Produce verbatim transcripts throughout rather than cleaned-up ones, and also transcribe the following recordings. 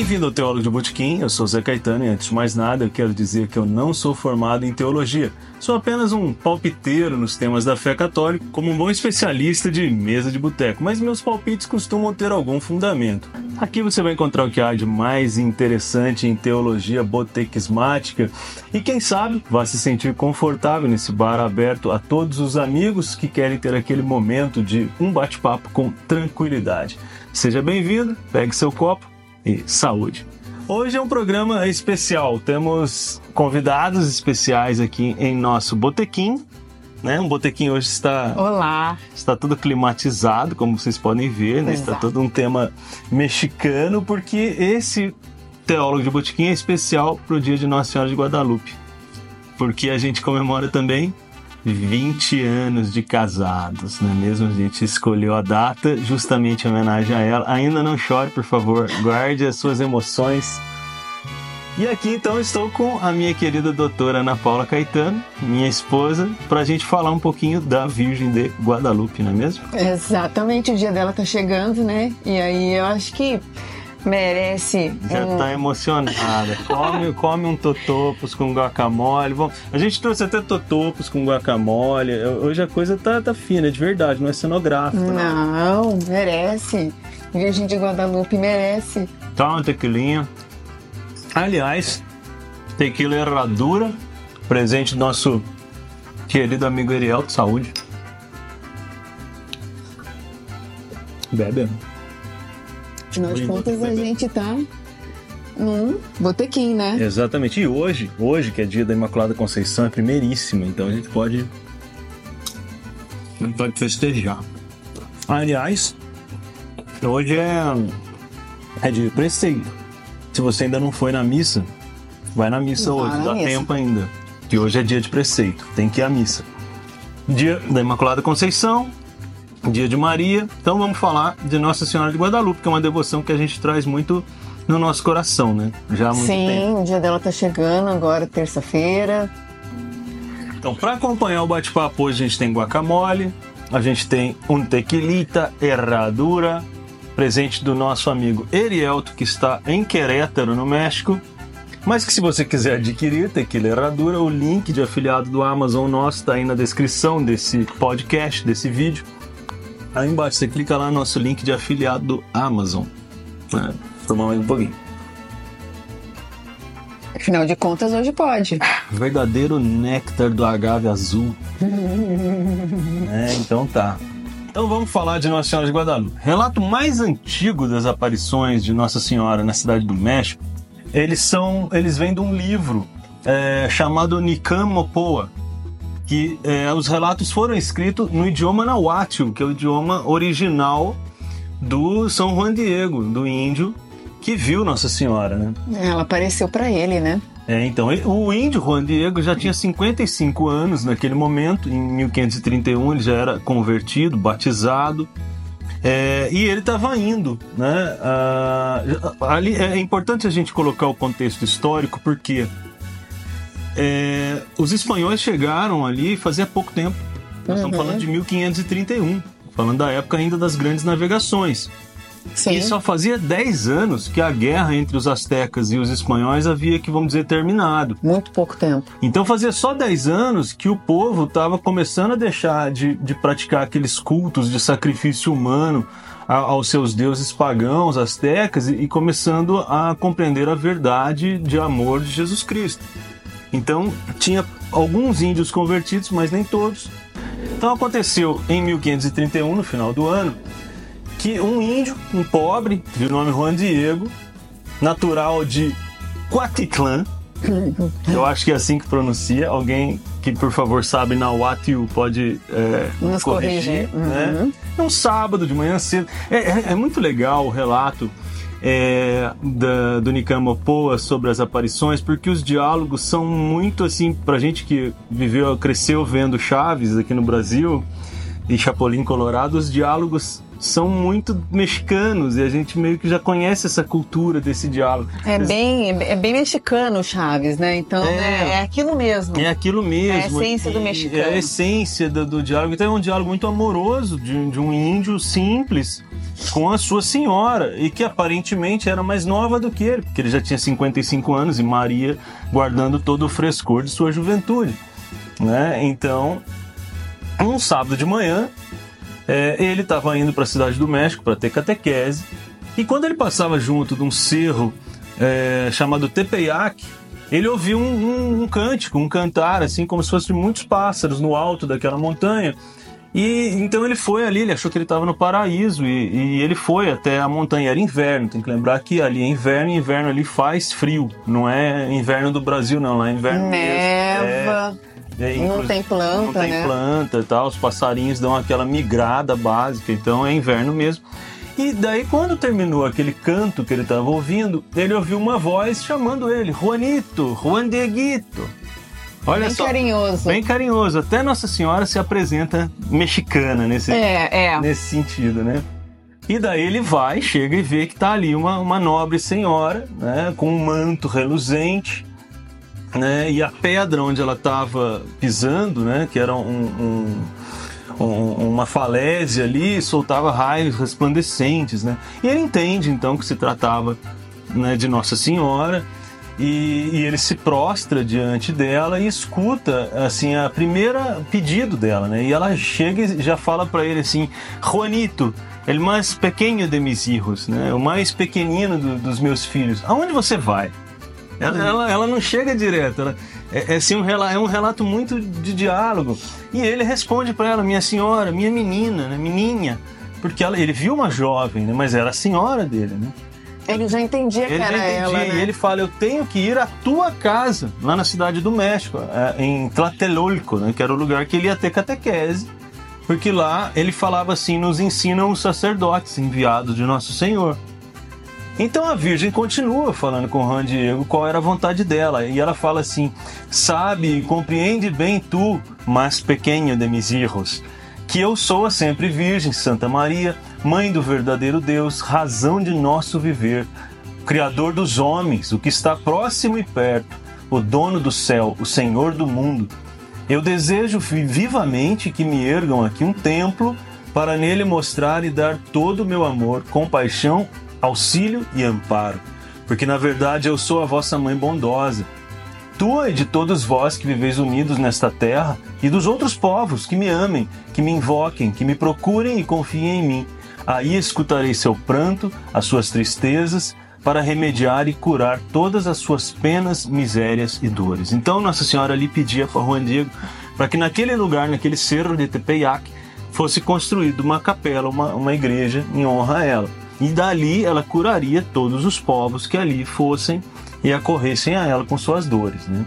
Bem-vindo ao Teólogo de Botequim, eu sou Zé Caetano e antes de mais nada eu quero dizer que eu não sou formado em teologia. Sou apenas um palpiteiro nos temas da fé católica, como um bom especialista de mesa de boteco, mas meus palpites costumam ter algum fundamento. Aqui você vai encontrar o que há de mais interessante em teologia botequismática e quem sabe vá se sentir confortável nesse bar aberto a todos os amigos que querem ter aquele momento de um bate-papo com tranquilidade. Seja bem-vindo, pegue seu copo e saúde. Hoje é um programa especial, temos convidados especiais aqui em nosso botequim, né? Um botequim hoje está, Olá. está tudo climatizado, como vocês podem ver, né? Está todo um tema mexicano, porque esse Teólogo de Botequim é especial para o dia de Nossa Senhora de Guadalupe, porque a gente comemora também vinte anos de casados, não é mesmo? A gente escolheu a data justamente em homenagem a ela. Ainda não chore, por favor, guarde as suas emoções. E aqui então estou com a minha querida doutora Ana Paula Caetano, minha esposa, para a gente falar um pouquinho da Virgem de Guadalupe, não é mesmo? Exatamente, o dia dela tá chegando, né? E aí eu acho que merece. Já um... tá emocionada. Come, come um totopos com guacamole. Bom, a gente trouxe até totopos com guacamole. Hoje a coisa tá, tá fina, de verdade, não é cenográfica. Não, não, merece. Virgem de Guadalupe merece. Tá uma tequilinha. Aliás, tequila Herradura, presente do nosso querido amigo Eriel, de saúde. Bebe. Afinal de contas, a gente tá num botequim, né? Exatamente. E hoje, hoje, que é dia da Imaculada Conceição, é primeiríssima, então a gente pode, a gente pode festejar. Aliás, hoje é, é de preceito. Se você ainda não foi na missa, vai na missa Vai hoje, na dá missa. tempo ainda. Que hoje é dia de preceito, tem que ir à missa. Dia da Imaculada Conceição, dia de Maria, então vamos falar de Nossa Senhora de Guadalupe, que é uma devoção que a gente traz muito no nosso coração, né? Já há muito Sim, tempo. o dia dela tá chegando agora, terça-feira. Então, para acompanhar o bate-papo hoje, a gente tem guacamole, a gente tem um tequilita Herradura, presente do nosso amigo Erielto, que está em Querétaro, no México, mas que se você quiser adquirir tequila Herradura, o link de afiliado do Amazon nosso está aí na descrição desse podcast, desse vídeo. Aí embaixo você clica lá no nosso link de afiliado do Amazon. É, tomar mais um pouquinho. Afinal de contas, hoje pode. Verdadeiro néctar do agave azul. É, então tá. Então vamos falar de Nossa Senhora de Guadalupe. Relato mais antigo das aparições de Nossa Senhora na cidade do México, eles são, eles vêm de um livro é, chamado Nicam Mopoa, que é, os relatos foram escritos no idioma nahuatl, que é o idioma original do São Juan Diego, do índio que viu Nossa Senhora, né? Ela apareceu pra ele, né? É, então, o índio Juan Diego já tinha cinquenta e cinco anos naquele momento, em mil quinhentos e trinta e um ele já era convertido, batizado, é, e ele estava indo, né? Ah, ali é importante a gente colocar o contexto histórico, porque É, os espanhóis chegaram ali fazia pouco tempo. Nós Uhum. estamos falando de mil quinhentos e trinta e um, falando da época ainda das grandes navegações. Sim. E só fazia dez anos que a guerra entre os astecas e os espanhóis havia, que vamos dizer, terminado. Muito pouco tempo. Então fazia só dez anos que o povo estava começando a deixar de, de praticar aqueles cultos de sacrifício humano a, aos seus deuses pagãos, astecas, e, e começando a compreender a verdade de amor de Jesus Cristo. Então, tinha alguns índios convertidos, mas nem todos. Então, aconteceu em mil quinhentos e trinta e um, no final do ano, que um índio, um pobre, de nome Juan Diego, natural de Cuatitlán, eu acho que é assim que pronuncia, alguém que, por favor, sabe nahuatl pode é, Nos corrigir, corrigir. né? Uhum. É um sábado de manhã cedo. É, é, é muito legal o relato É, da, do Nicam Mopoa sobre as aparições, porque os diálogos são muito assim, pra gente que viveu, cresceu vendo Chaves aqui no Brasil e Chapolin Colorado, os diálogos são muito mexicanos e a gente meio que já conhece essa cultura desse diálogo. É bem, é bem mexicano o Chaves, né? Então É. é, é aquilo mesmo. É aquilo mesmo. É a essência do E mexicano. É a essência do, do diálogo. Então é um diálogo muito amoroso de, de um índio simples com a sua senhora, e que aparentemente era mais nova do que ele, porque ele já tinha cinquenta e cinco anos e Maria guardando todo o frescor de sua juventude, né? Então, um sábado de manhã, é, ele estava indo para a cidade do México para ter catequese, e quando ele passava junto de um cerro é, chamado Tepeyac, ele ouviu um, um, um cântico, um cantar, assim como se fossem muitos pássaros no alto daquela montanha. E então ele foi ali, ele achou que ele estava no paraíso, e, e ele foi até a montanha. Era inverno, tem que lembrar que ali é inverno, e inverno ali faz frio, não é inverno do Brasil não, lá é inverno neva, mesmo. É, é, não tem planta, não tem né? planta e tal, os passarinhos dão aquela migrada básica, então é inverno mesmo. E daí, quando terminou aquele canto que ele estava ouvindo, ele ouviu uma voz chamando ele, Juanito, Juan Dieguito. Olha bem só, carinhoso. Bem carinhoso. Até Nossa Senhora se apresenta mexicana nesse, é, é. nesse sentido, né? E daí ele vai, chega e vê que tá ali uma, uma nobre senhora, né, com um manto reluzente, né, e a pedra onde ela estava pisando, né, que era um, um, um, uma falésia ali, soltava raios resplandecentes, né? E ele entende então que se tratava, né, de Nossa Senhora. E, e ele se prostra diante dela e escuta assim a primeira pedido dela, né? E ela chega e já fala para ele assim: Juanito, el mais pequeno de mis hijos, né? O mais pequenino do, dos meus filhos. Aonde você vai? Ela, ela, ela não chega direto. Ela, é, é, assim, um relato, é um relato muito de diálogo. E ele responde para ela: minha senhora, minha menina, né? Menininha, porque ela, ele viu uma jovem, né? Mas era a senhora dele, né? Ele já entendia que ele era já entendia, ela, né? E ele fala: eu tenho que ir à tua casa, lá na cidade do México, em Tlatelolco, né, que era o lugar que ele ia ter catequese, porque lá ele falava assim: nos ensinam os sacerdotes enviados de Nosso Senhor. Então a Virgem continua falando com Juan Diego qual era a vontade dela, e ela fala assim: sabe e compreende bem tu, mais pequeno de mis hijos, que eu sou a sempre Virgem, Santa Maria, Mãe do verdadeiro Deus, razão de nosso viver, Criador dos homens, o que está próximo e perto, o dono do céu, o Senhor do mundo. Eu desejo vivamente que me ergam aqui um templo para nele mostrar e dar todo o meu amor, compaixão, auxílio e amparo, porque na verdade eu sou a vossa Mãe bondosa, tua e de todos vós que viveis unidos nesta terra, e dos outros povos que me amem, que me invoquem, que me procurem e confiem em mim. Aí escutarei seu pranto, as suas tristezas, para remediar e curar todas as suas penas, misérias e dores. Então Nossa Senhora ali pedia para Juan Diego para que naquele lugar, naquele cerro de Tepeyac, fosse construída uma capela, uma, uma igreja em honra a ela. E dali ela curaria todos os povos que ali fossem e acorressem a ela com suas dores, né?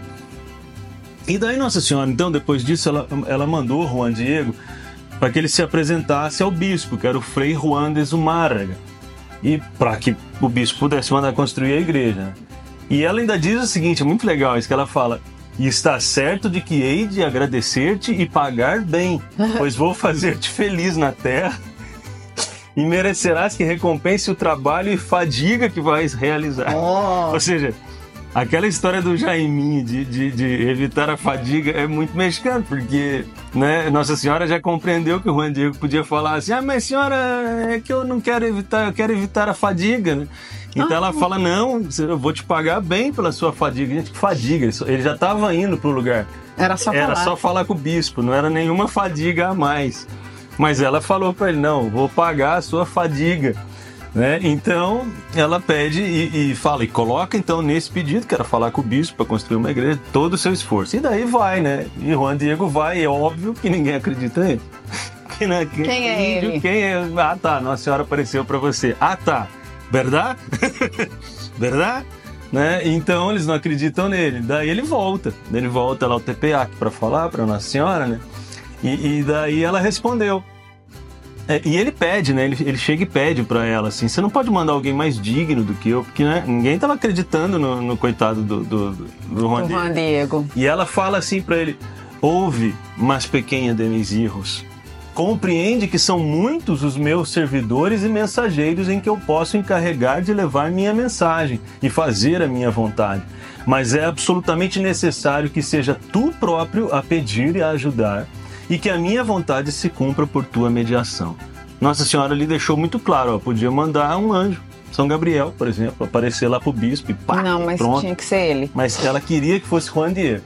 E daí Nossa Senhora, então, depois disso, ela, ela mandou Juan Diego para que ele se apresentasse ao bispo, que era o Frei Juan de Zumárraga, e para que o bispo pudesse mandar construir a igreja, né? E ela ainda diz o seguinte, é muito legal isso que ela fala: e está certo de que hei de agradecer-te e pagar bem, pois vou fazer-te feliz na terra, e merecerás que recompense o trabalho e fadiga que vais realizar. Oh. Ou seja, aquela história do Jaiminho de, de, de evitar a fadiga é muito mexicano, porque, né, Nossa Senhora já compreendeu que o Juan Diego podia falar assim: ah, mas senhora, é que eu não quero evitar, eu quero evitar a fadiga, né? Então ah. ela fala: não, eu vou te pagar bem pela sua fadiga. Gente, que fadiga? Ele já estava indo pro lugar. Era só Era falar. só falar com o bispo, não era nenhuma fadiga a mais. Mas ela falou para ele: não, vou pagar a sua fadiga, né? Então ela pede e, e fala, e coloca então nesse pedido, que era falar com o bispo para construir uma igreja, todo o seu esforço. E daí vai, né? E Juan Diego vai, e é óbvio que ninguém acredita nele. Quem, né? Quem, quem é ele? Quem é? Ah, tá, Nossa Senhora apareceu para você. Ah, tá, verdade? Verdade? Né? Então eles não acreditam nele. Daí ele volta, ele volta lá ao Tepeyac para falar para Nossa Senhora, né? E, e daí ela respondeu. É, e ele pede, né? Ele, ele chega e pede pra ela assim: você não pode mandar alguém mais digno do que eu, porque, né, ninguém tava acreditando no, no coitado do, do, do, do Juan, Juan Diego. E ela fala assim pra ele: ouve, mais pequena de mis hijos, compreende que são muitos os meus servidores e mensageiros em que eu posso encarregar de levar minha mensagem e fazer a minha vontade, mas é absolutamente necessário que seja tu próprio a pedir e a ajudar, e que a minha vontade se cumpra por tua mediação. Nossa Senhora lhe deixou muito claro, ó, podia mandar um anjo, São Gabriel, por exemplo, aparecer lá pro bispo e pá, Não, mas pronto. tinha que ser ele. Mas ela queria que fosse Juan Diego.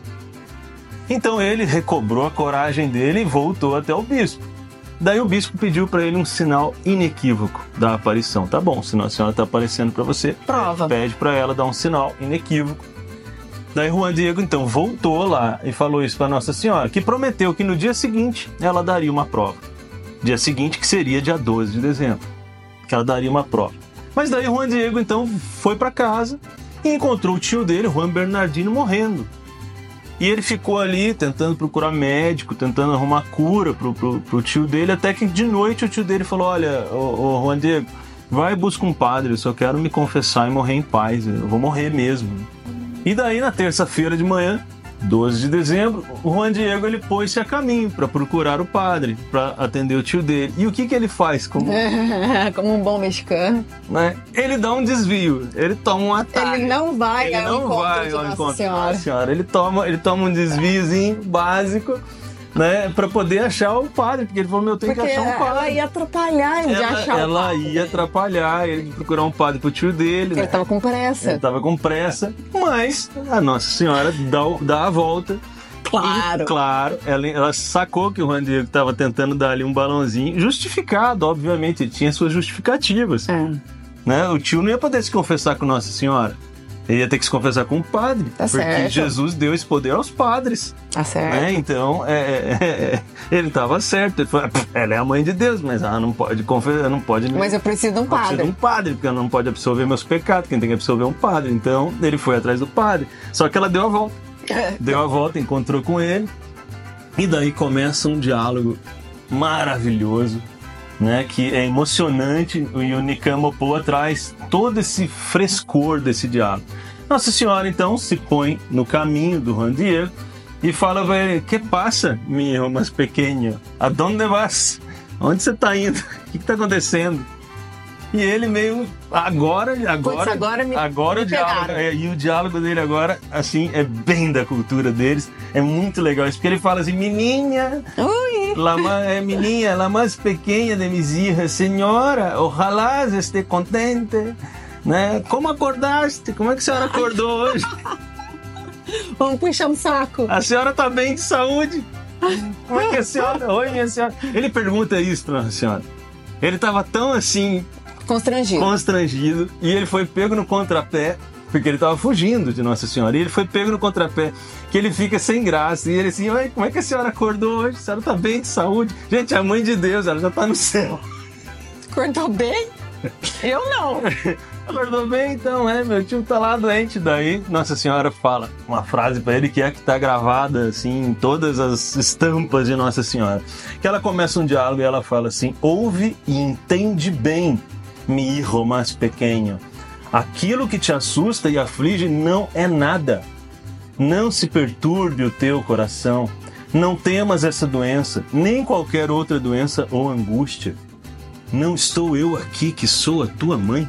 Então ele recobrou a coragem dele e voltou até o bispo. Daí o bispo pediu para ele um sinal inequívoco da aparição. Tá bom, se Nossa Senhora está aparecendo para você, Prova. pede para ela dar um sinal inequívoco. Daí Juan Diego então voltou lá e falou isso para Nossa Senhora, que prometeu que no dia seguinte ela daria uma prova. Dia seguinte, que seria dia doze de dezembro, que ela daria uma prova. Mas daí Juan Diego então foi para casa e encontrou o tio dele, Juan Bernardino, morrendo. E ele ficou ali tentando procurar médico, tentando arrumar cura pro, pro, pro tio dele, até que de noite o tio dele falou, olha, ô, ô Juan Diego, vai e busca um padre, eu só quero me confessar e morrer em paz, eu vou morrer mesmo. E daí na terça-feira de manhã, doze de dezembro, o Juan Diego ele pôs-se a caminho para procurar o padre, para atender o tio dele. E o que que ele faz? Como, Como um bom mexicano. né? Ele dá um desvio, ele toma um ataque. Ele não vai Ele ao não encontro vai de ao Nossa encontro Senhora. da Nossa Senhora. Ele toma, ele toma um desviozinho básico, né, para poder achar o padre, porque ele falou, meu, eu tenho Porque que achar um padre. ela ia atrapalhar ele de Ela, achar o ela padre. ia atrapalhar ele de procurar um padre pro tio dele, Porque né? ele tava com pressa. Ele tava com pressa, mas a Nossa Senhora dá, o- dá a volta. Claro. E, claro, ela, ela sacou que o Juan Diego estava tentando dar ali um balãozinho, justificado, obviamente, ele tinha suas justificativas. É, Né? O tio não ia poder se confessar com Nossa Senhora, ele ia ter que se confessar com o padre, Tá porque certo. Jesus deu esse poder aos padres. tá certo. Né? Então, é, é, é, ele estava certo, ele falou, ela é a mãe de Deus, mas ela não pode confessar, não pode... Mas eu preciso de um Eu preciso de padre. um padre, porque ela não pode absorver meus pecados, quem tem que absorver é um padre. Então, ele foi atrás do padre. Só que ela deu a volta. Deu a volta, encontrou com ele. E daí começa um diálogo maravilhoso, né? Que é emocionante. E o Nicamo Poa traz todo esse frescor desse diálogo. Nossa Senhora, então, se põe no caminho do Juan Diego e fala pra ele, que passa, meu irmão mais pequeno? Aonde vas? Onde você tá indo? O que que tá acontecendo? E ele meio, agora, agora, Puts, agora me- agora me o diálogo, pegaram. é, e o diálogo dele agora, assim, é bem da cultura deles, é muito legal isso, porque ele fala assim, menina, Ui. la ma- é, menina, la mais pequena de mis hijas, senhora, ojalá esteja contente, né? Como acordaste? Como é que a senhora acordou hoje? Vamos puxar um saco. A senhora tá bem de saúde? Como é que a senhora... Oi, minha senhora. Ele pergunta isso pra Nossa Senhora. Ele tava tão assim, Constrangido. constrangido, e ele foi pego no contrapé, porque ele tava fugindo de Nossa Senhora, e ele foi pego no contrapé, que ele fica sem graça, e ele assim, oi, como é que a senhora acordou hoje? A senhora tá bem de saúde? Gente, a mãe de Deus, ela já tá no céu. Acordou bem? Eu não. Acordou bem, então, é, meu tio tá lá doente. Daí Nossa Senhora fala uma frase pra ele que é que tá gravada, assim, em todas as estampas de Nossa Senhora. Que ela começa um diálogo e ela fala assim, ouve e entende bem, mi hijo mais pequeno. Aquilo que te assusta e aflige não é nada. Não se perturbe o teu coração. Não temas essa doença, nem qualquer outra doença ou angústia. Não estou eu aqui que sou a tua mãe?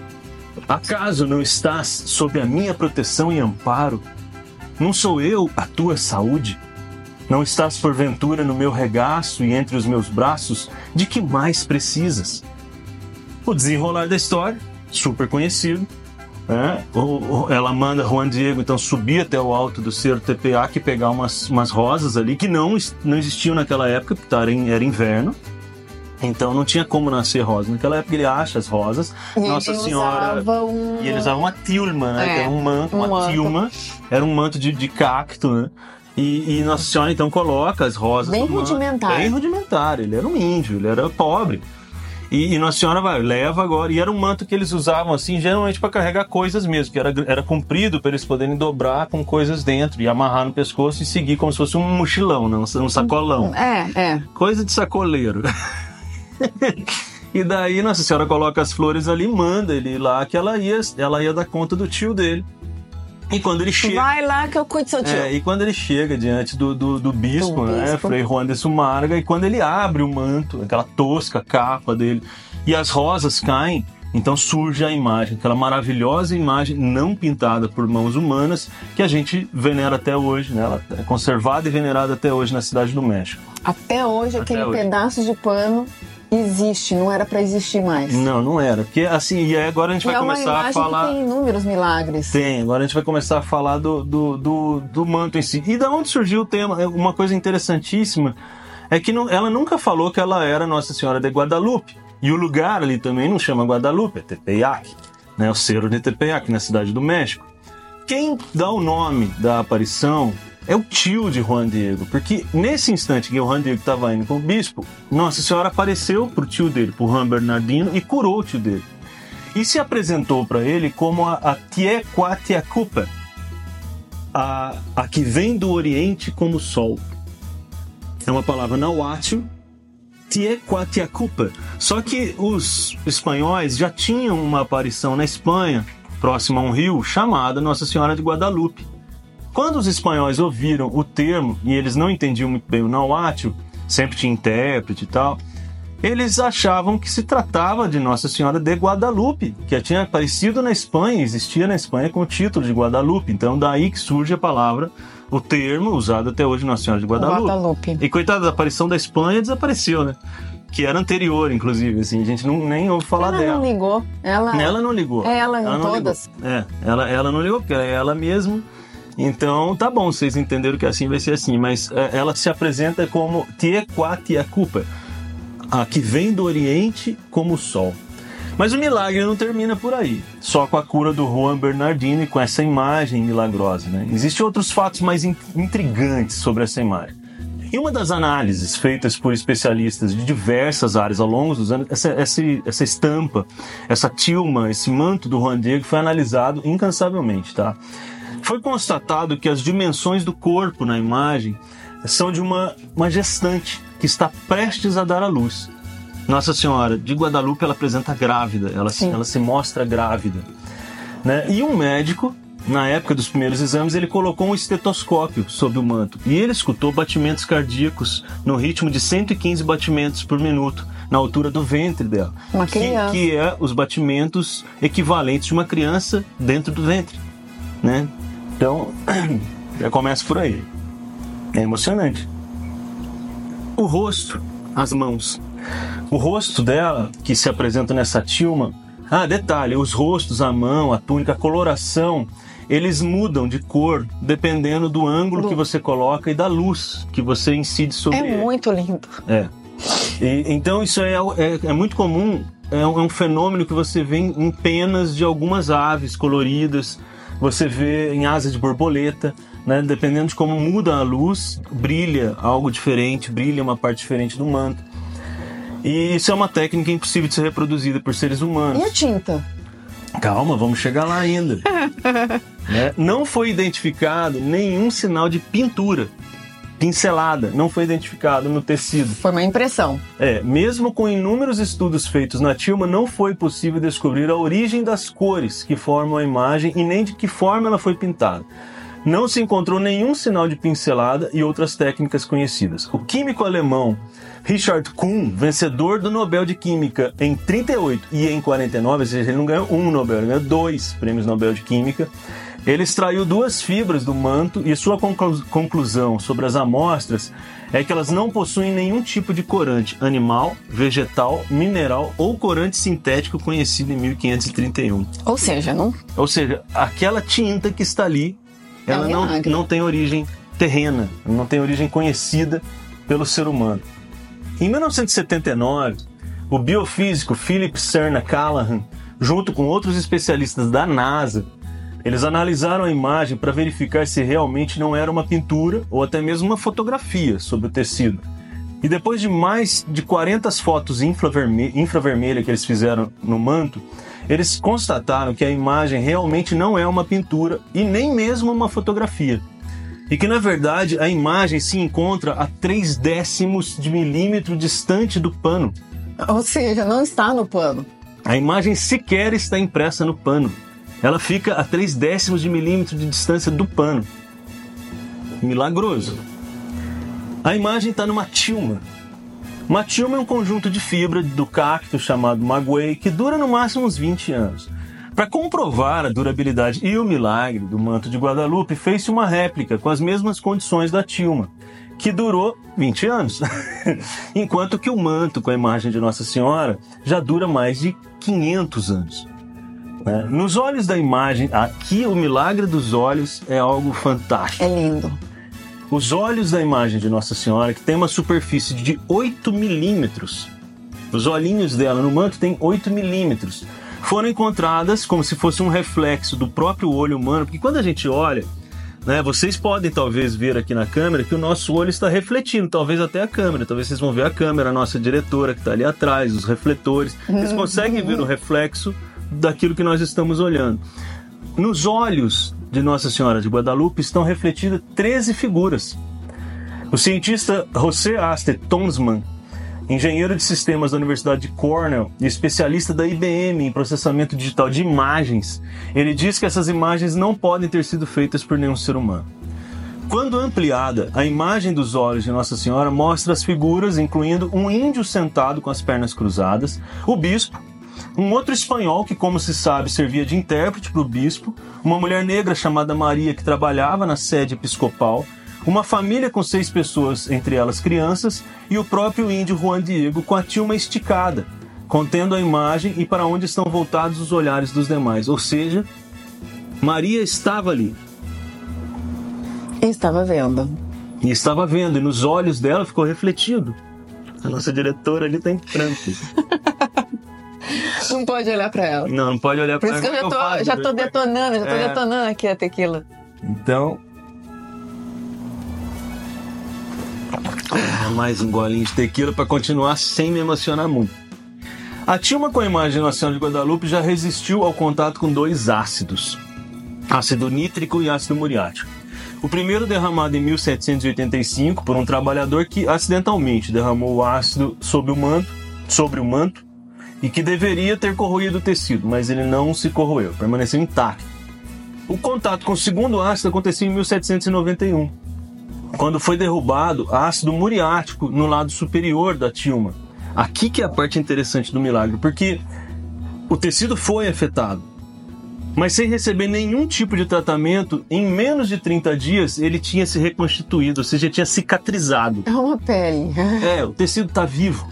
Acaso não estás sob a minha proteção e amparo? Não sou eu a tua saúde? Não estás porventura no meu regaço e entre os meus braços? De que mais precisas? O desenrolar da história, super conhecido, né? O- o- Ela manda Juan Diego então subir até o alto do Cerro Tepeac e pegar umas, umas rosas ali que não, es- não existiam naquela época, porque era, em- era inverno. Então não tinha como nascer rosa. Naquela época ele acha as rosas. E Nossa ele Senhora. usava um... E eles usavam uma tilma, né? É, que era um manto, um uma manto. tilma. Era um manto de, de cacto, né? E, e Nossa Senhora então coloca as rosas. Bem no manto. rudimentar. Bem rudimentar. Ele era um índio, ele era pobre. E, e Nossa Senhora vai, leva agora. E era um manto que eles usavam assim, geralmente para carregar coisas mesmo, que era, era comprido para eles poderem dobrar com coisas dentro e amarrar no pescoço e seguir como se fosse um mochilão, né? um, um sacolão. É, é. Coisa de sacoleiro. E daí Nossa Senhora coloca as flores ali, manda ele ir lá, que ela ia, ela ia dar conta do tio dele. E quando ele chega... Vai lá que eu cuido do seu tio. É, e quando ele chega diante do, do, do bispo, Do né, bispo. Frei Juan de Sumarga, e quando ele abre o manto, aquela tosca capa dele, e as rosas caem, então surge a imagem, aquela maravilhosa imagem não pintada por mãos humanas, que a gente venera até hoje, né, ela é conservada e venerada até hoje na Cidade do México. Até hoje, Até aquele hoje. pedaço de pano existe, não era para existir mais. Não, não era. Porque assim, e aí agora a gente E vai é uma começar a imagem falar. que tem inúmeros milagres. Tem, agora a gente vai começar a falar do, do, do, do manto em si. E da onde surgiu o tema? Uma coisa interessantíssima é que não, ela nunca falou que ela era Nossa Senhora de Guadalupe. E o lugar ali também não chama Guadalupe, é Tepeyac, né? O Cerro de Tepeyac, na cidade do México. Quem dá o nome da aparição é o tio de Juan Diego, porque nesse instante que o Juan Diego estava indo com o bispo, Nossa Senhora apareceu pro tio dele, pro Juan Bernardino, e curou o tio dele. E se apresentou para ele como a, a Tiequatiacupa, a, a que vem do Oriente como sol. É uma palavra nahuatl, Tiequatiacupa. Só que os espanhóis já tinham uma aparição na Espanha, próximo a um rio, chamada Nossa Senhora de Guadalupe. Quando os espanhóis ouviram o termo, e eles não entendiam muito bem o nahuatl, sempre tinha intérprete e tal, eles achavam que se tratava de Nossa Senhora de Guadalupe, que tinha aparecido na Espanha, existia na Espanha com o título de Guadalupe. Então daí que surge a palavra, o termo usado até hoje, Nossa Senhora de Guadalupe. Guadalupe. E coitada, da aparição da Espanha desapareceu, né? Que era anterior, inclusive, assim, a gente não, nem ouve falar ela dela. Ela não ligou. Ela, ela não ligou. É ela em ela todas. Ligou. É, ela, ela não ligou, porque é ela mesma. Então, tá bom, vocês entenderam que assim vai ser assim, mas é, ela se apresenta como Tiequatiacupa, a que vem do Oriente como o sol. Mas o milagre não termina por aí, só com a cura do Juan Bernardino e com essa imagem milagrosa, né? Existem outros fatos mais intrigantes sobre essa imagem. Em uma das análises feitas por especialistas de diversas áreas ao longo dos anos, essa, essa, essa estampa, essa tilma, esse manto do Juan Diego foi analisado incansavelmente, tá? Foi constatado que as dimensões do corpo na imagem são de uma, uma gestante que está prestes a dar à luz. Nossa Senhora de Guadalupe, ela apresenta grávida, ela, ela se mostra grávida, né? E um médico, na época dos primeiros exames, ele colocou um estetoscópio sobre o manto e ele escutou batimentos cardíacos no ritmo de cento e quinze batimentos por minuto, na altura do ventre dela. Uma criança. Que, que é os batimentos equivalentes de uma criança dentro do ventre, né? Então, já começa por aí. É emocionante. O rosto, as mãos. O rosto dela, que se apresenta nessa tilma... Ah, detalhe, os rostos, a mão, a túnica, a coloração, eles mudam de cor dependendo do ângulo do... que você coloca e da luz que você incide sobre ele. É muito lindo. É. E, então, isso é, é, é muito comum, é um, é um fenômeno que você vê em penas de algumas aves coloridas, você vê em asas de borboleta, né? Dependendo de como muda a luz, brilha algo diferente, brilha uma parte diferente do manto. E isso é uma técnica impossível de ser reproduzida por seres humanos. E a tinta? Calma, vamos chegar lá ainda. Né? Não foi identificado nenhum sinal de pintura, pincelada, não foi identificado no tecido. Foi uma impressão. É, mesmo com inúmeros estudos feitos na tilma, não foi possível descobrir a origem das cores que formam a imagem e nem de que forma ela foi pintada. Não se encontrou nenhum sinal de pincelada e outras técnicas conhecidas. O químico alemão Richard Kuhn, vencedor do Nobel de Química em trinta e oito e em quarenta e nove, ou seja, ele não ganhou um Nobel, ele ganhou dois prêmios Nobel de Química. Ele extraiu duas fibras do manto e sua conclu- conclusão sobre as amostras é que elas não possuem nenhum tipo de corante animal, vegetal, mineral ou corante sintético conhecido em mil quinhentos e trinta e um. Ou seja, não... Ou seja, aquela tinta que está ali, ela não, não tem origem terrena, não tem origem conhecida pelo ser humano. Em mil novecentos e setenta e nove, o biofísico Philip Serna Callahan, junto com outros especialistas da NASA, eles analisaram a imagem para verificar se realmente não era uma pintura ou até mesmo uma fotografia sobre o tecido. E depois de mais de quarenta fotos infravermelha, infravermelha que eles fizeram no manto, eles constataram que a imagem realmente não é uma pintura e nem mesmo uma fotografia. E que, na verdade, a imagem se encontra a três décimos de milímetro distante do pano. Ou seja, não está no pano. A imagem sequer está impressa no pano. Ela fica a três décimos de milímetro de distância do pano. Milagroso. A imagem está numa tilma. Uma tilma é um conjunto de fibra do cacto chamado maguey que dura no máximo uns vinte anos. Para comprovar a durabilidade e o milagre do manto de Guadalupe, fez-se uma réplica com as mesmas condições da tilma. que durou vinte anos, enquanto que o manto com a imagem de Nossa Senhora já dura mais de quinhentos anos. Né? Nos olhos da imagem, aqui o milagre dos olhos é algo fantástico. É lindo. Os olhos da imagem de Nossa Senhora, que tem uma superfície de oito milímetros, os olhinhos dela no manto têm oito milímetros, foram encontradas como se fosse um reflexo do próprio olho humano, porque quando a gente olha, né, vocês podem talvez ver aqui na câmera que o nosso olho está refletindo, talvez até a câmera, talvez vocês vão ver a câmera, a nossa diretora que está ali atrás, os refletores, vocês conseguem ver o reflexo daquilo que nós estamos olhando. Nos olhos de Nossa Senhora de Guadalupe estão refletidas treze figuras. O cientista José Aster Tonsman, engenheiro de sistemas da Universidade de Cornell e especialista da I B M em processamento digital de imagens, ele diz que essas imagens não podem ter sido feitas por nenhum ser humano. Quando ampliada, a imagem dos olhos de Nossa Senhora mostra as figuras, incluindo um índio sentado com as pernas cruzadas, o bispo, um outro espanhol que, como se sabe, servia de intérprete para o bispo, uma mulher negra chamada Maria que trabalhava na sede episcopal, uma família com seis pessoas, entre elas crianças, e o próprio índio Juan Diego com a tilma esticada, contendo a imagem e para onde estão voltados os olhares dos demais. Ou seja, Maria estava ali. Estava vendo. E estava vendo, e nos olhos dela ficou refletido. A nossa diretora ali está em prantos. Não pode olhar pra ela. Não, não pode olhar pra ela. Por isso que eu já tô, faço, já tô detonando, já tô é. detonando aqui a tequila. Então... mais um golinho de tequila para continuar sem me emocionar muito. A tilma com a imagem de Nossa Senhora de Guadalupe já resistiu ao contato com dois ácidos, ácido nítrico e ácido muriático. O primeiro derramado em mil setecentos e oitenta e cinco por um trabalhador que acidentalmente derramou o ácido sobre o manto, sobre o manto e que deveria ter corroído o tecido, mas ele não se corroeu, permaneceu intacto. O contato com o segundo ácido aconteceu em mil setecentos e noventa e um. Quando foi derrubado ácido muriático no lado superior da tilma. Aqui que é a parte interessante do milagre, porque o tecido foi afetado, mas sem receber nenhum tipo de tratamento, em menos de trinta dias ele tinha se reconstituído, ou seja, tinha cicatrizado. É uma pele. É, o tecido está vivo.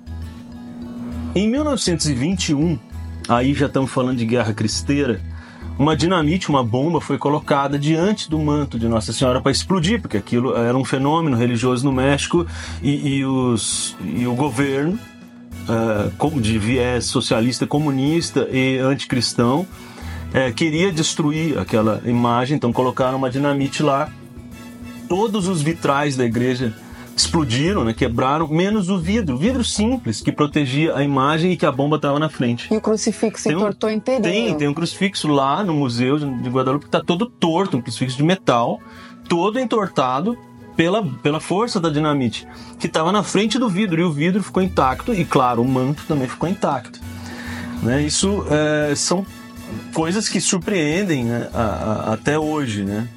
Em mil novecentos e vinte e um, aí já estamos falando de guerra cristeira, uma dinamite, uma bomba, foi colocada diante do manto de Nossa Senhora para explodir, porque aquilo era um fenômeno religioso no México e, e, os, e o governo, uh, de viés socialista, comunista e anticristão, uh, queria destruir aquela imagem, então colocaram uma dinamite lá. Todos os vitrais da igreja explodiram, né, quebraram, menos o vidro, vidro simples, que protegia a imagem e que a bomba estava na frente. E o crucifixo tem um, entortou inteirinho. Tem, tem um crucifixo lá no Museu de Guadalupe que está todo torto, um crucifixo de metal, todo entortado pela, pela força da dinamite, que estava na frente do vidro, e o vidro ficou intacto, e claro, o manto também ficou intacto. Né, isso é, são coisas que surpreendem, né, a, a, até hoje, né?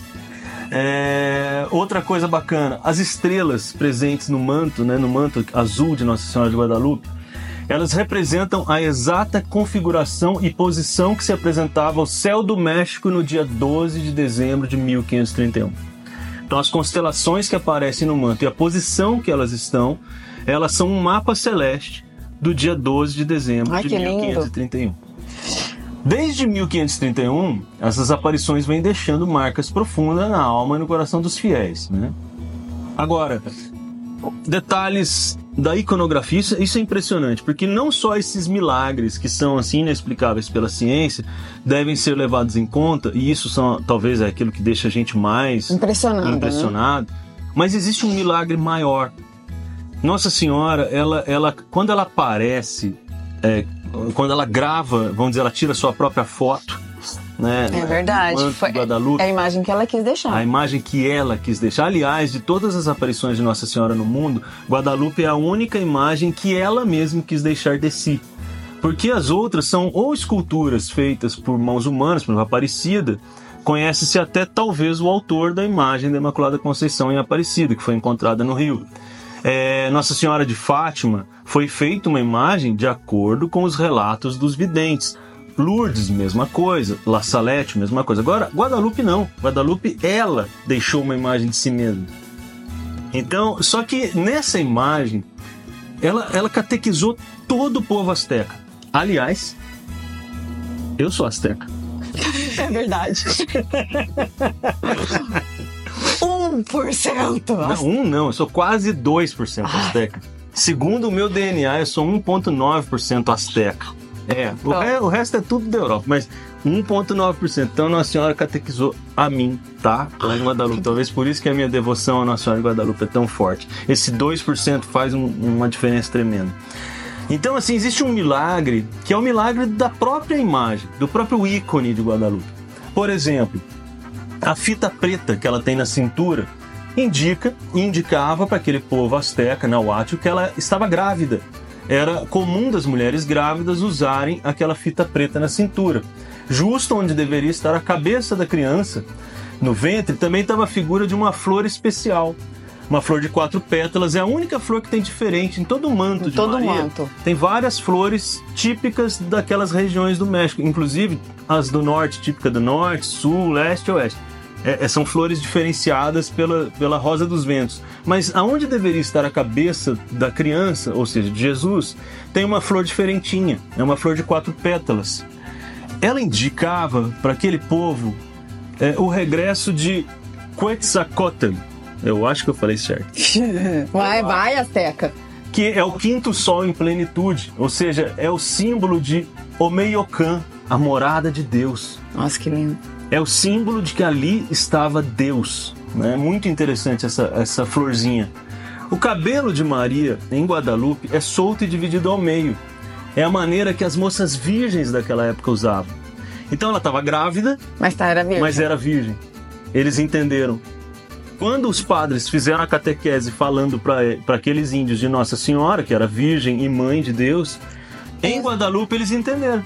É, outra coisa bacana, as estrelas presentes no manto, né, no manto azul de Nossa Senhora de Guadalupe, elas representam a exata configuração e posição que se apresentava ao céu do México no dia doze de dezembro de mil quinhentos e trinta e um. Então as constelações que aparecem no manto e a posição que elas estão, elas são um mapa celeste do dia doze de dezembro Ai, de mil quinhentos e trinta e um. Desde mil quinhentos e trinta e um, essas aparições vêm deixando marcas profundas na alma e no coração dos fiéis, né? Agora, detalhes da iconografia, isso, isso é impressionante, porque não só esses milagres que são assim inexplicáveis pela ciência devem ser levados em conta, e isso são, talvez é aquilo que deixa a gente mais impressionado, impressionado, né? Mas existe um milagre maior. Nossa Senhora, ela, ela, quando ela aparece, é, quando ela grava, vamos dizer, ela tira a sua própria foto, né? É verdade. Foi Guadalupe, é a imagem que ela quis deixar. A imagem que ela quis deixar. Aliás, de todas as aparições de Nossa Senhora no mundo, Guadalupe é a única imagem que ela mesma quis deixar de si. Porque as outras são ou esculturas feitas por mãos humanas, por exemplo, Aparecida. Conhece-se até talvez o autor da imagem da Imaculada Conceição em Aparecida, que foi encontrada no Rio. É, Nossa Senhora de Fátima foi feita uma imagem de acordo com os relatos dos videntes. Lourdes, mesma coisa. La Salette, mesma coisa. Agora, Guadalupe não. Guadalupe, ela deixou uma imagem de si mesma. Então, só que nessa imagem, ela, ela catequizou todo o povo asteca. Aliás, eu sou asteca. É verdade. um por cento. Não, um não, eu sou quase dois por cento asteca. Segundo o meu D N A, eu sou um vírgula nove por cento asteca. É, o, re, o resto é tudo da Europa, mas um vírgula nove por cento. Então Nossa Senhora catequizou a mim, tá? Lá em Guadalupe. Talvez por isso que a minha devoção a Nossa Senhora de Guadalupe é tão forte. Esse dois por cento faz um, uma diferença tremenda. Então, assim, existe um milagre, que é o milagre da própria imagem, do próprio ícone de Guadalupe. Por exemplo, a fita preta que ela tem na cintura indica, indicava para aquele povo asteca, nahuatl, que ela estava grávida. Era comum das mulheres grávidas usarem aquela fita preta na cintura. Justo onde deveria estar a cabeça da criança, no ventre, também estava a figura de uma flor especial. Uma flor de quatro pétalas, é a única flor que tem diferente em todo o manto em de todo Maria. Manto. Tem várias flores típicas daquelas regiões do México, inclusive as do norte, típica do norte, sul, leste e oeste. É, são flores diferenciadas pela, pela rosa dos ventos. Mas aonde deveria estar a cabeça da criança, ou seja, de Jesus, tem uma flor diferentinha, é uma flor de quatro pétalas. Ela indicava para aquele povo é, o regresso de Quetzalcóatl. Eu acho que eu falei certo. Vai, vai, asteca. Que é o quinto sol em plenitude, ou seja, é o símbolo de Omeiocan, a morada de Deus. Nossa, que lindo. É o símbolo de que ali estava Deus. É muito interessante essa, essa florzinha. O cabelo de Maria em Guadalupe é solto e dividido ao meio. É a maneira que as moças virgens daquela época usavam. Então ela estava grávida, mas, tá, era virgem. mas era virgem. Eles entenderam. Quando os padres fizeram a catequese falando para aqueles índios de Nossa Senhora, que era virgem e mãe de Deus, em Guadalupe eles entenderam.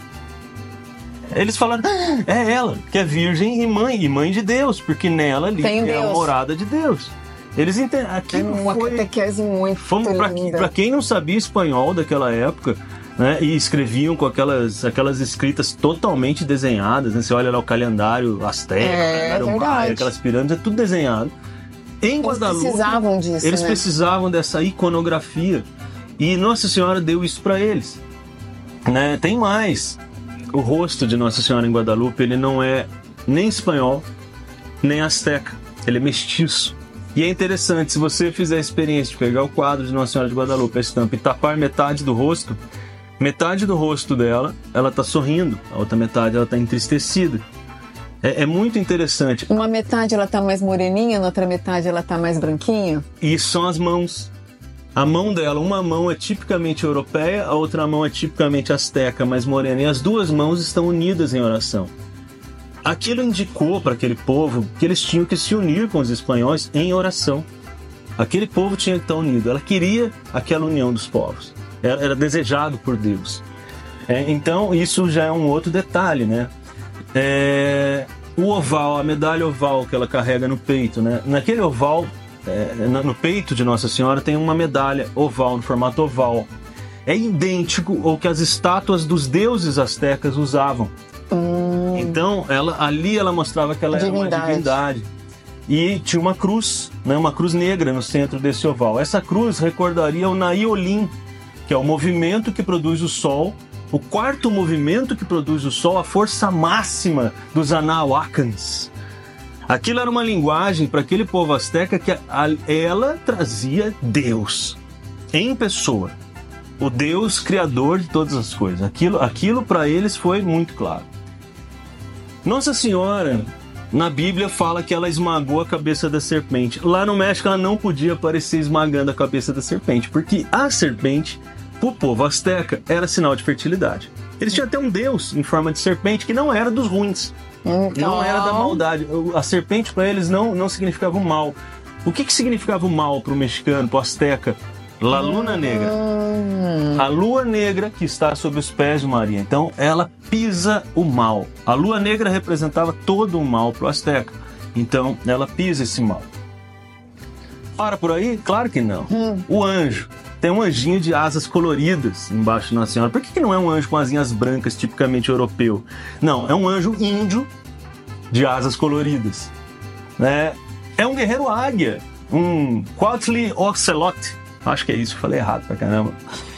Eles falaram, ah, é ela, que é virgem e mãe, e mãe de Deus, porque nela ali tem é Deus. A morada de Deus. Eles entenderam. É uma foi... catequese muito linda. Para quem não sabia espanhol daquela época, né, e escreviam com aquelas, aquelas escritas totalmente desenhadas, né? Você olha lá o calendário asteca, é, calendário maia, aquelas pirâmides, é tudo desenhado. Em eles Guadalupe, precisavam disso, eles né? precisavam dessa iconografia e Nossa Senhora deu isso para eles, né? Tem mais, o rosto de Nossa Senhora em Guadalupe, ele não é nem espanhol nem asteca, ele é mestiço. E é interessante, se você fizer a experiência de pegar o quadro de Nossa Senhora de Guadalupe, a estampa, e tapar metade do rosto, metade do rosto dela, ela está sorrindo, a outra metade ela está entristecida. É, é muito interessante. Uma metade ela tá mais moreninha, na outra metade ela tá mais branquinha. E são as mãos. A mão dela, uma mão é tipicamente europeia, a outra mão é tipicamente asteca, mais morena. E as duas mãos estão unidas em oração. Aquilo indicou para aquele povo que eles tinham que se unir com os espanhóis em oração. Aquele povo tinha que estar unido. Ela queria aquela união dos povos. Era, era desejado por Deus. É, então, isso já é um outro detalhe, né? É, o oval, a medalha oval que ela carrega no peito, né? Naquele oval, é, no peito de Nossa Senhora tem uma medalha oval, no formato oval. É idêntico ao que as estátuas dos deuses astecas usavam. Hum. Então, ela, ali ela mostrava que ela era uma divindade. E tinha uma cruz, né? Uma cruz negra no centro desse oval. Essa cruz recordaria o Naiolim, que é o movimento que produz o Sol. O quarto movimento que produz o Sol, a força máxima dos Anahuacans. Aquilo era uma linguagem para aquele povo asteca que ela trazia Deus em pessoa. O Deus criador de todas as coisas. Aquilo, aquilo para eles foi muito claro. Nossa Senhora, na Bíblia, fala que ela esmagou a cabeça da serpente. Lá no México ela não podia aparecer esmagando a cabeça da serpente, porque a serpente, o povo asteca, era sinal de fertilidade. Eles tinham até um deus em forma de serpente que não era dos ruins. Então... Não era da maldade. A serpente para eles não, não significava o mal. O que, que significava o mal para o mexicano, para o asteca? La Luna Negra. A lua negra que está sob os pés de Maria. Então ela pisa o mal. A lua negra representava todo o mal para o asteca. Então ela pisa esse mal. Para por aí? Claro que não. O anjo. Tem um anjinho de asas coloridas embaixo de Nossa Senhora. Por que, que não é um anjo com asinhas brancas, tipicamente europeu? Não, é um anjo índio de asas coloridas. É, é um guerreiro águia. um Quetzalcoatl, acho que é isso, falei errado pra caramba.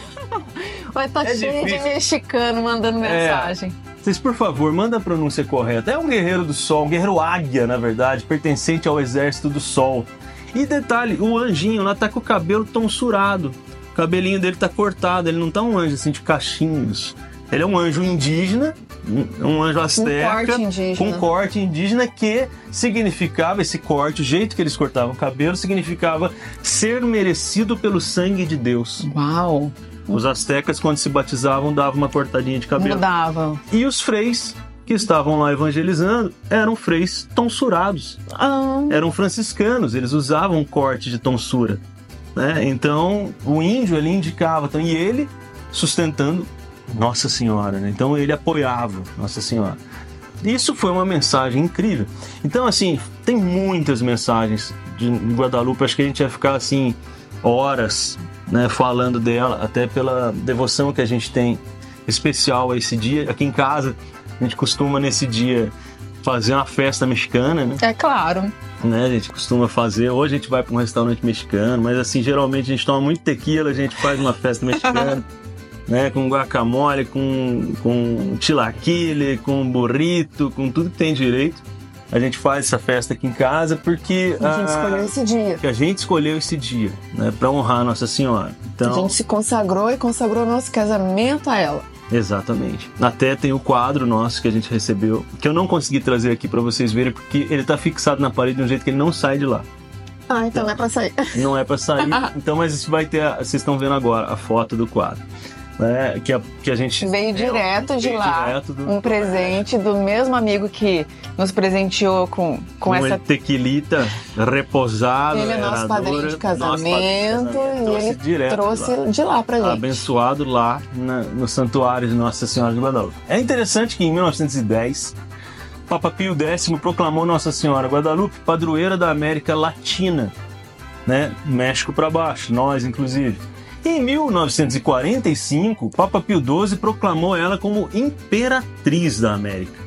Vai estar tá é cheio difícil. de mexicano mandando mensagem. É. Vocês, por favor, mandem a pronúncia correta. É um guerreiro do sol, um guerreiro águia, na verdade, pertencente ao exército do sol. E detalhe, o anjinho lá tá com o cabelo tonsurado. O cabelinho dele tá cortado, ele não tá um anjo assim de cachinhos. Ele é um anjo indígena, um anjo asteca, com corte indígena. com corte indígena que significava, esse corte, o jeito que eles cortavam o cabelo, significava ser merecido pelo sangue de Deus. Uau! Os astecas, quando se batizavam, davam uma cortadinha de cabelo. Mudavam. E os freis que estavam lá evangelizando eram freis tonsurados. Ah. Eram franciscanos, eles usavam um corte de tonsura. Né? Então, o índio ali indicava, então, e ele sustentando Nossa Senhora. Né? Então, ele apoiava Nossa Senhora. Isso foi uma mensagem incrível. Então, assim, tem muitas mensagens de Guadalupe. Acho que a gente vai ficar, assim, horas... Né, falando dela, até pela devoção que a gente tem especial a esse dia. Aqui em casa, a gente costuma nesse dia fazer uma festa mexicana, né? É claro. Né, a gente costuma fazer, hoje a gente vai para um restaurante mexicano, mas assim, geralmente a gente toma muito tequila, a gente faz uma festa mexicana, né, com guacamole, com, com chilaquile, com burrito, com tudo que tem direito. A gente faz essa festa aqui em casa porque a gente escolheu esse dia. Que a gente escolheu esse dia, né, para honrar Nossa Senhora. Então, a gente se consagrou e consagrou nosso casamento a ela. Exatamente. Até tem o quadro nosso que a gente recebeu, que eu não consegui trazer aqui para vocês verem porque ele tá fixado na parede de um jeito que ele não sai de lá. Ah, então, então não é para sair. Não é para sair. Então, mas isso vai ter, a, vocês estão vendo agora a foto do quadro. Né, que, a, que a gente veio direto é, de veio lá direto do, um presente do mesmo amigo que nos presenteou com, com, com essa tequilita reposada. Ele é nosso padrinho de casamento, nosso padrinho de casamento e ele trouxe lá. de lá pra gente. Abençoado lá na, no santuário de Nossa Senhora de Guadalupe. É interessante que em mil novecentos e dez Papa Pio X proclamou Nossa Senhora Guadalupe padroeira da América Latina, né? México para baixo, nós inclusive. Em mil novecentos e quarenta e cinco, Papa Pio doze proclamou ela como imperatriz da América.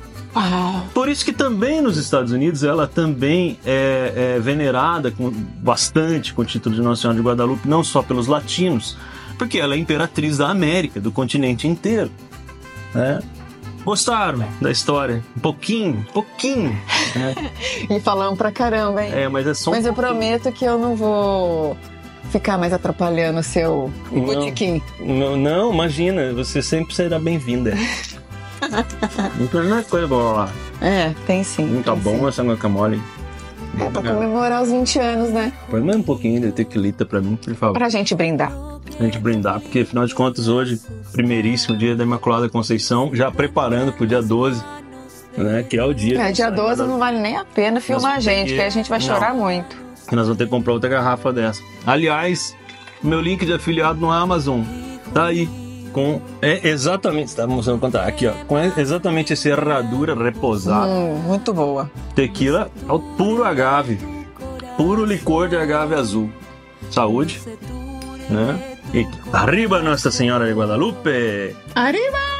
Ah. Por isso que também nos Estados Unidos ela também é, é venerada com, bastante com o título de Nossa Senhora de Guadalupe, não só pelos latinos, porque ela é imperatriz da América, do continente inteiro. Né? Gostaram da história? Um pouquinho, pouquinho. Né? E falamos pra caramba, hein? É, mas é só um Mas eu pouquinho. prometo que eu não vou ficar mais atrapalhando o seu botequim. Não, não, imagina, você sempre será bem-vinda. Então não é coisa boa lá. É, tem sim. Muito tem bom sim. essa guacamole. É pra comemorar os vinte anos, né? Põe mais um pouquinho de tequilita pra mim, por favor. Pra gente brindar. A gente brindar, porque afinal de contas hoje, primeiríssimo dia da Imaculada Conceição, já preparando pro dia doze, né? Que é o dia. É, dia doze não vale nem a pena filmar a gente, que... que a gente vai chorar não. muito. Que nós vamos ter que comprar outra garrafa dessa. Aliás, meu link de afiliado no Amazon tá aí. Com é exatamente, tá mostrando contar aqui, ó, com exatamente essa herradura reposada. Hum, muito boa. Tequila ao puro agave, puro licor de agave azul. Saúde, né? E arriba Nossa Senhora de Guadalupe. Arriba!